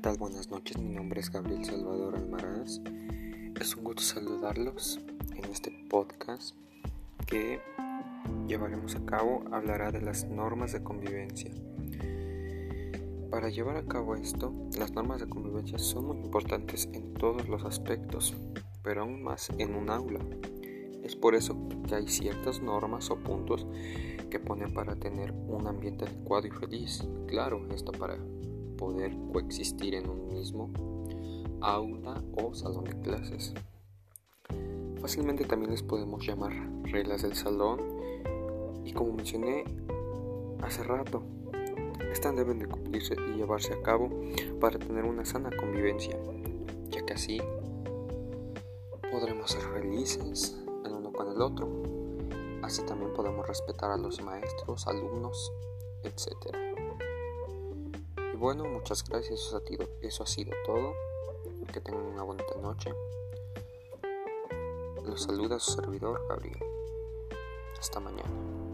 tal? Buenas noches, mi nombre es Gabriel Salvador Almaraz. Es un gusto saludarlos en este podcast que llevaremos a cabo. Hablará de las normas de convivencia. Para llevar a cabo esto, las normas de convivencia son muy importantes en todos los aspectos, pero aún más en un aula. Es por eso que hay ciertas normas o puntos que ponen para tener un ambiente adecuado y feliz. Claro, esto para poder coexistir en un mismo aula o salón de clases. Fácilmente también les podemos llamar reglas del salón y, como mencioné hace rato, estas deben de cumplirse y llevarse a cabo para tener una sana convivencia, ya que así podremos ser felices el uno con el otro. Así también podemos respetar a los maestros, alumnos, etc. Y bueno, muchas gracias, eso ha sido todo. Que tengan una bonita noche. Los saluda su servidor Gabriel. Hasta mañana.